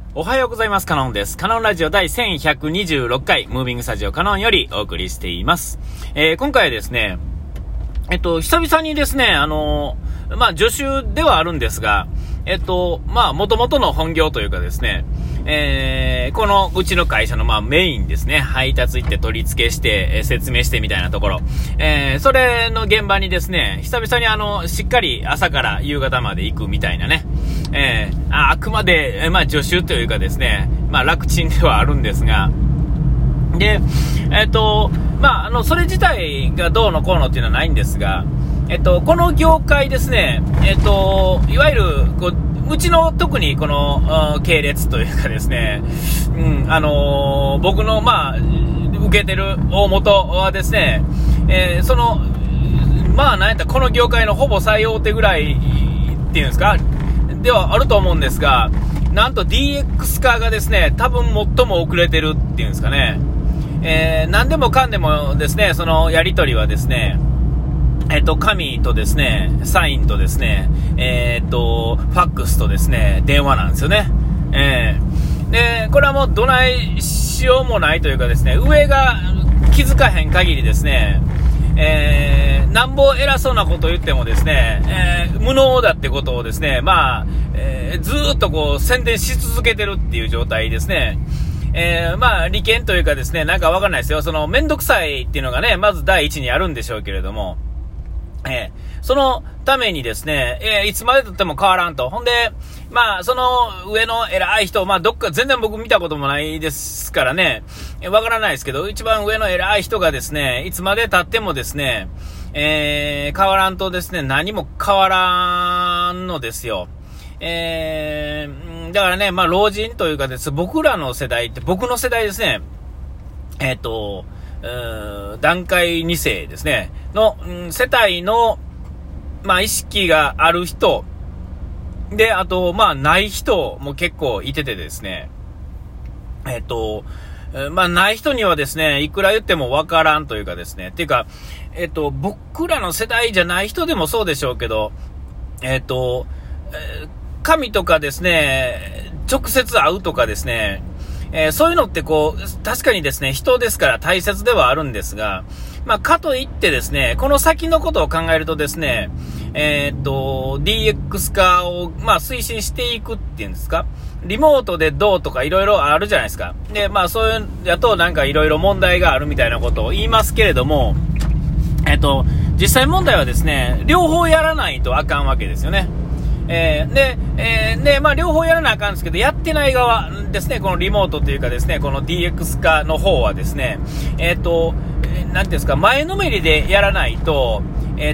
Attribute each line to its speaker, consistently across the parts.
Speaker 1: おはようございます。カノンです。カノンラジオ第1126回、ムービングスタジオカノンよりお送りしています。今回はですね、久々にですね、助手ではあるんですが、元々の本業というかですね、このうちの会社のメインですね、配達行って取り付けして、説明してみたいなところ、それの現場にですね、久々にしっかり朝から夕方まで行くみたいなね、あくまで、助手というかですね、楽ちんではあるんですが、で、それ自体がどうのこうのっていうのはないんですが、この業界ですね、いわゆるうちの特にこの系列というかですね、僕の受けてる大元はですね、なんやったらこの業界のほぼ最大手ぐらいっていうんですかではあると思うんですが、なんと DX 化がですね、多分最も遅れてるっていうんですかね。何でもかんでもですね、そのやり取りはですね、紙とですね、サインとですね、ファックスとですね、電話なんですよね。で、これはもうどないしようもないというかですね、上が気づかへん限りですね、なんぼ偉そうなことを言ってもですね、無能だってことをですね、ずーっと宣伝し続けてるっていう状態ですね。利権というかですね、なんかわかんないですよ。そのめんどくさいっていうのがね、まず第一にあるんでしょうけれども、そのためにですね、いつまで経っても変わらんと。ほんで、その上の偉い人、どっか全然僕見たこともないですからね、わからないですけど、一番上の偉い人がですね、いつまで経ってもですね、変わらんとですね、何も変わらんのですよ。だからね、老人というかです、僕らの世代って、僕の世代ですね、団塊2世ですね、の、世帯の、意識がある人、で、あと、ない人も結構いててですね、ない人にはですね、いくら言ってもわからんというかですね、っていうか、僕らの世代じゃない人でもそうでしょうけど、紙とかですね、直接会うとかですね、そういうのって確かにですね、人ですから大切ではあるんですが、かといってですね、この先のことを考えるとですね、DX 化を、推進していくっていうんですか、リモートでどうとかいろいろあるじゃないですか。で、そういうやとなんかいろいろ問題があるみたいなことを言いますけれども、実際問題はですね、両方やらないとあかんわけですよね。両方やらなあかんですけど、やってない側ですね、このリモートというかですね、この DX 化の方はですね、なんていうんですか、前のめりでやらないと、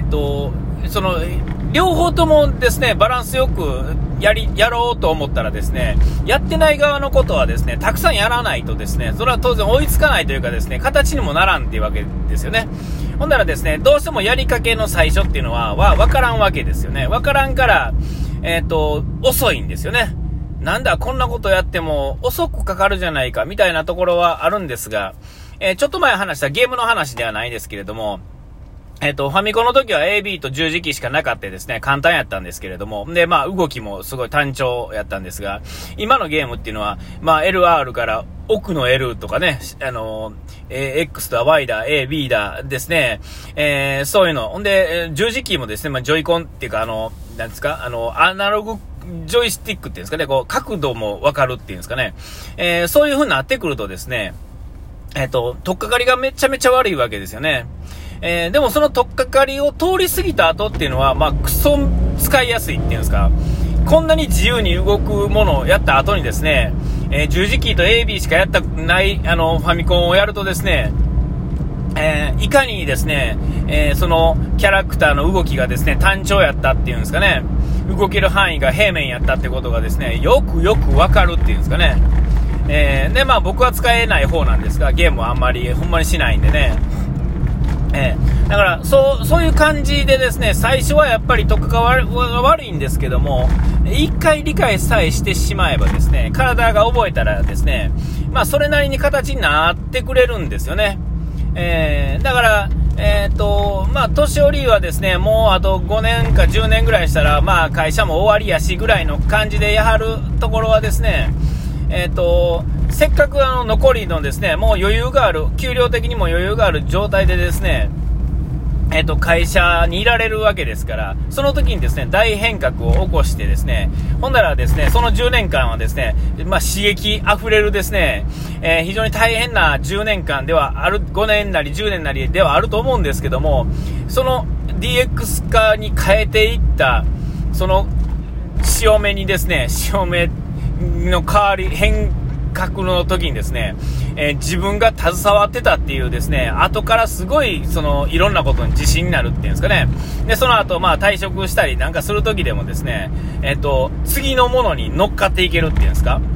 Speaker 1: 両方ともですね、バランスよくやろうと思ったらですね、やってない側のことはですね、たくさんやらないとですね、それは当然追いつかないというかですね、形にもならんっていうわけですよね。ほんならですね、どうしてもやりかけの最初っていうのは分からんわけですよね。分からんから、遅いんですよね。なんだ、こんなことやっても遅くかかるじゃないか、みたいなところはあるんですが、ちょっと前話したゲームの話ではないですけれども、ファミコンの時は AB と十字キーしかなかったですね、簡単やったんですけれども、で、動きもすごい単調やったんですが、今のゲームっていうのは、LR から奥の L とかね、X だ、Y だ、A、B だですね、そういうの。ほんで、十字キーもですね、ジョイコンっていうか、なんですか、アナログジョイスティックっていうんですかね、角度もわかるっていうんですかね、そういう風になってくるとですね、取っかかりがめちゃめちゃ悪いわけですよね。でもその取っかかりを通り過ぎた後っていうのは、クソ使いやすいっていうんですか、こんなに自由に動くものをやった後にですね、十字キーと AB しかやったないファミコンをやるとですね、いかにですね、そのキャラクターの動きがですね、単調やったっていうんですかね、動ける範囲が平面やったってことがですね、よくわかるっていうんですかね。で、僕は使えない方なんですが、ゲームはあんまりほんまにしないんでね、だからそういう感じでですね、最初はやっぱり取っかかりが悪いんですけども、一回理解さえしてしまえばですね、体が覚えたらですね、それなりに形になってくれるんですよね。だから年寄りはですね、もうあと5年か10年ぐらいしたら、会社も終わりやしぐらいの感じでやはるところはですね、 せっかく残りのですね、もう余裕がある、給料的にも余裕がある状態でですね、会社にいられるわけですから、その時にですね、大変革を起こしてですね、ほんならですね、その10年間はですね、刺激あふれるですね、非常に大変な10年間ではある、5年なり10年なりではあると思うんですけども、その DX 化に変えていった、その潮目にですね、潮目の変わり、変革の時にですね、自分が携わってたっていうですね、後からすごいいろんなことに自信になるっていうんですかね。でその後退職したりなんかする時でもですね、次のものに乗っかっていけるっていうんですか。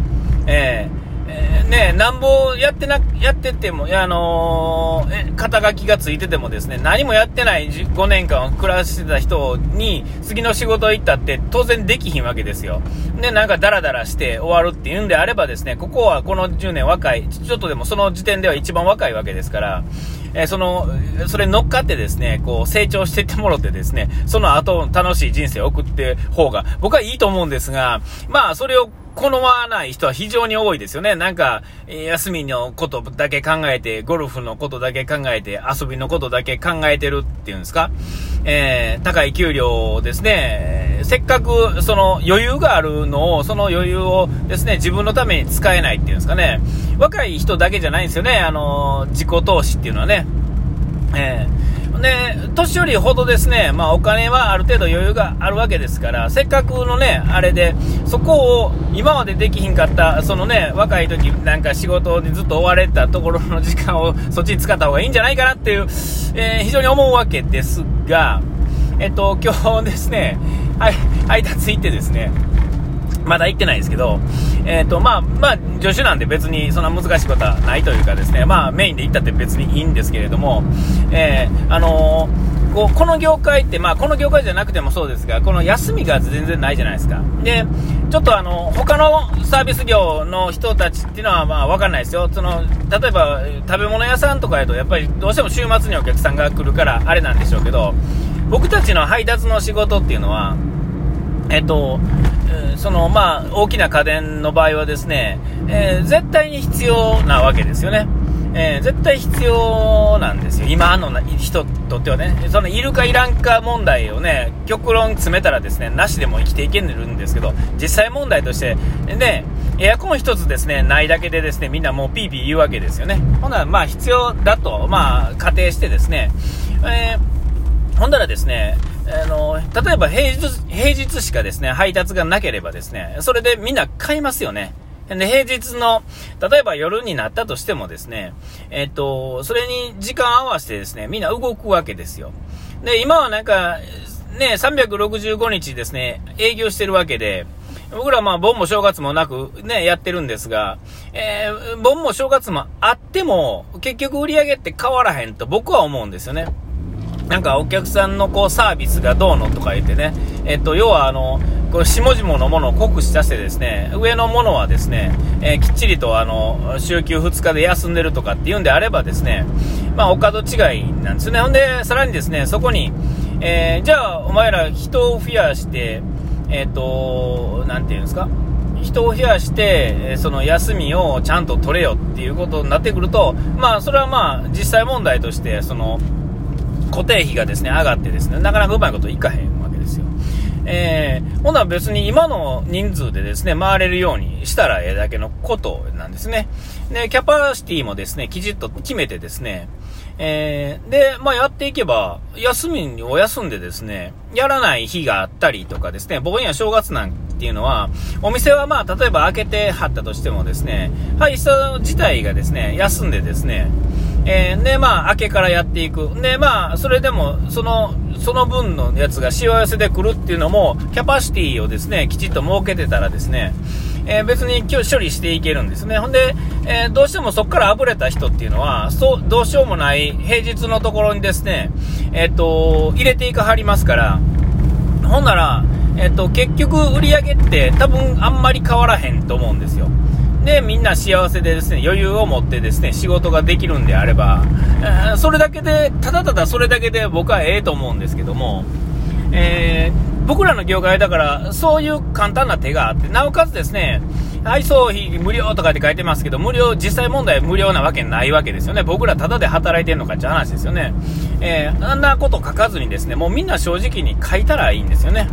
Speaker 1: なんぼやってても、肩書きがついててもですね、何もやってない5年間を暮らしてた人に次の仕事行ったって当然できひんわけですよ。で、なんかダラダラして終わるっていうんであればですね、ここはこの10年若い、ちょっとでもその時点では一番若いわけですから、それに乗っかってですね、こう成長していってもろてですね、その後楽しい人生を送って方が僕はいいと思うんですが、それを好まない人は非常に多いですよね。なんか、休みのことだけ考えて、ゴルフのことだけ考えて、遊びのことだけ考えてるっていうんですか。高い給料をですね、せっかくその余裕があるのを、その余裕をですね、自分のために使えないっていうんですかね。若い人だけじゃないんですよね、自己投資っていうのはね。で、年寄りほどですね、お金はある程度余裕があるわけですから、せっかくのね、あれで、そこを今までできひんかった、若い時なんか仕事にずっと追われたところの時間をそっちに使った方がいいんじゃないかなっていう、非常に思うわけですが、今日ですね、配達行ってですね、まだ行ってないですけど、助手なんで別にそんな難しいことはないというかですね、メインで行ったって別にいいんですけれども、この業界って、この業界じゃなくてもそうですが、この休みが全然ないじゃないですか。で、ちょっと他のサービス業の人たちっていうのはわかんないですよ。例えば食べ物屋さんとかやとやっぱりどうしても週末にお客さんが来るからあれなんでしょうけど、僕たちの配達の仕事っていうのは、大きな家電の場合はですね、絶対に必要なわけですよね。絶対必要なんですよ。今の人にとってはね、いるかいらんか問題をね、極論詰めたらですね、なしでも生きていけるんですけど、実際問題として、ね、エアコン一つですね、ないだけでですね、みんなもうピーピー言うわけですよね。ほんなら必要だと、仮定してですね、ほんならですね、例えば平日しかですね、配達がなければですね、それでみんな買いますよね。で、平日の、例えば夜になったとしてもですね、それに時間合わせてですね、みんな動くわけですよ。で、今はなんか、ね、365日ですね、営業してるわけで、僕ら盆も正月もなくね、やってるんですが、盆も正月もあっても、結局売り上げって変わらへんと僕は思うんですよね。なんかお客さんのサービスがどうのとか言ってね、要はこれ下々のものを酷使させてですね、上のものはですね、きっちりと週休2日で休んでるとかっていうんであればですね、お門違いなんですね。ほんでさらにですね、そこに、じゃあお前ら人を増やしてなんていうんですか、人を増やして、その休みをちゃんと取れよっていうことになってくると、それは実際問題として固定費がですね上がってですね、なかなかうまいこといかへんわけですよ。ほんなら別に今の人数でですね回れるようにしたらだけのことなんですね。で、キャパシティもですねきちっと決めてですね、でやっていけば休みを休んでですねやらない日があったりとかですね、僕には正月なんていうのはお店は例えば開けてはったとしてもですね、人自体がですね休んでですね、で明けからやっていく。でそれでもその分のやつがしわ寄せで来るっていうのもキャパシティをですねきちっと設けてたらですね、別に今日処理していけるんですね。ほんで、どうしてもそこからあぶれた人っていうのはどうしようもない平日のところにですね入れていかはりますから、ほんなら結局売り上げって多分あんまり変わらへんと思うんですよ。で、みんな幸せでですね、余裕を持ってですね、仕事ができるんであれば、それだけで、ただただそれだけで僕はと思うんですけども、僕らの業界だから、そういう簡単な手があって、なおかつですね、 配送費無料とかって書いてますけど、実際問題無料なわけないわけですよね。僕らタダで働いてるのかって話ですよね。あんなこと書かずにですね、もうみんな正直に書いたらいいんですよね。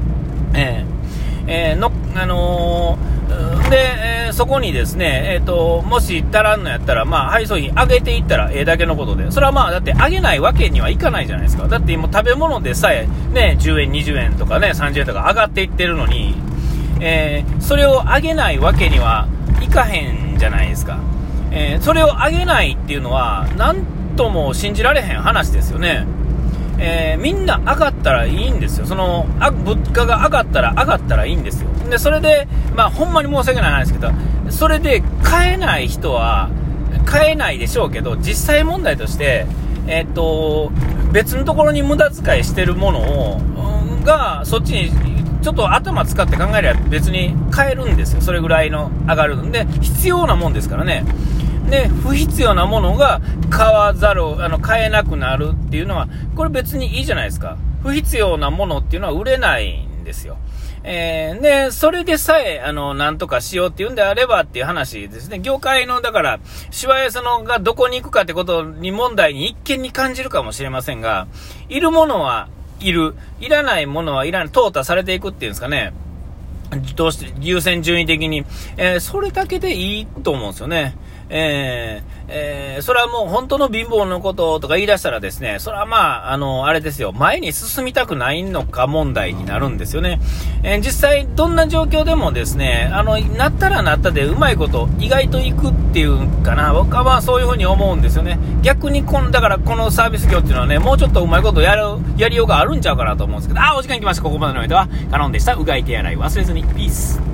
Speaker 1: そこにですね、もし足らんのやったら、配送費上げていったらだけのことで、それはだって上げないわけにはいかないじゃないですか。だって今食べ物でさえね、10円、20円とかね、30円とか上がっていってるのに、それを上げないわけにはいかへんじゃないですか。それを上げないっていうのは、なんとも信じられへん話ですよね。みんな上がったらいいんですよ。物価が上がったらいいんですよ。で、それで、ほんまに申し訳ない話ですけど、それで買えない人は買えないでしょうけど、実際問題として、別のところに無駄遣いしてるものが、そっちにちょっと頭使って考えれば別に買えるんですよ。それぐらいの上がるんで、必要なもんですからね。で、不必要なものが買えなくなるっていうのは、これ別にいいじゃないですか。不必要なものっていうのは売れないんですよ。で、それでさえ、なんとかしようっていうんであればっていう話ですね。業界の、だから、しわ寄せのがどこに行くかってことに問題に一見に感じるかもしれませんが、いるものはいる。いらないものはいらない。淘汰されていくっていうんですかね。どうして優先順位的に、それだけでいいと思うんですよね。それはもう本当の貧乏のこととか言い出したらですね、それはあれですよ、前に進みたくないのか問題になるんですよね。実際どんな状況でもですね、なったらなったでうまいこと意外といくっていうかな、僕はそういうふうに思うんですよね。逆にだからこのサービス業っていうのはね、もうちょっとうまいことやりようがあるんちゃうかなと思うんですけど、お時間来ました。ここまでの間はカノンでした。うがい手洗い忘れずに。ピース。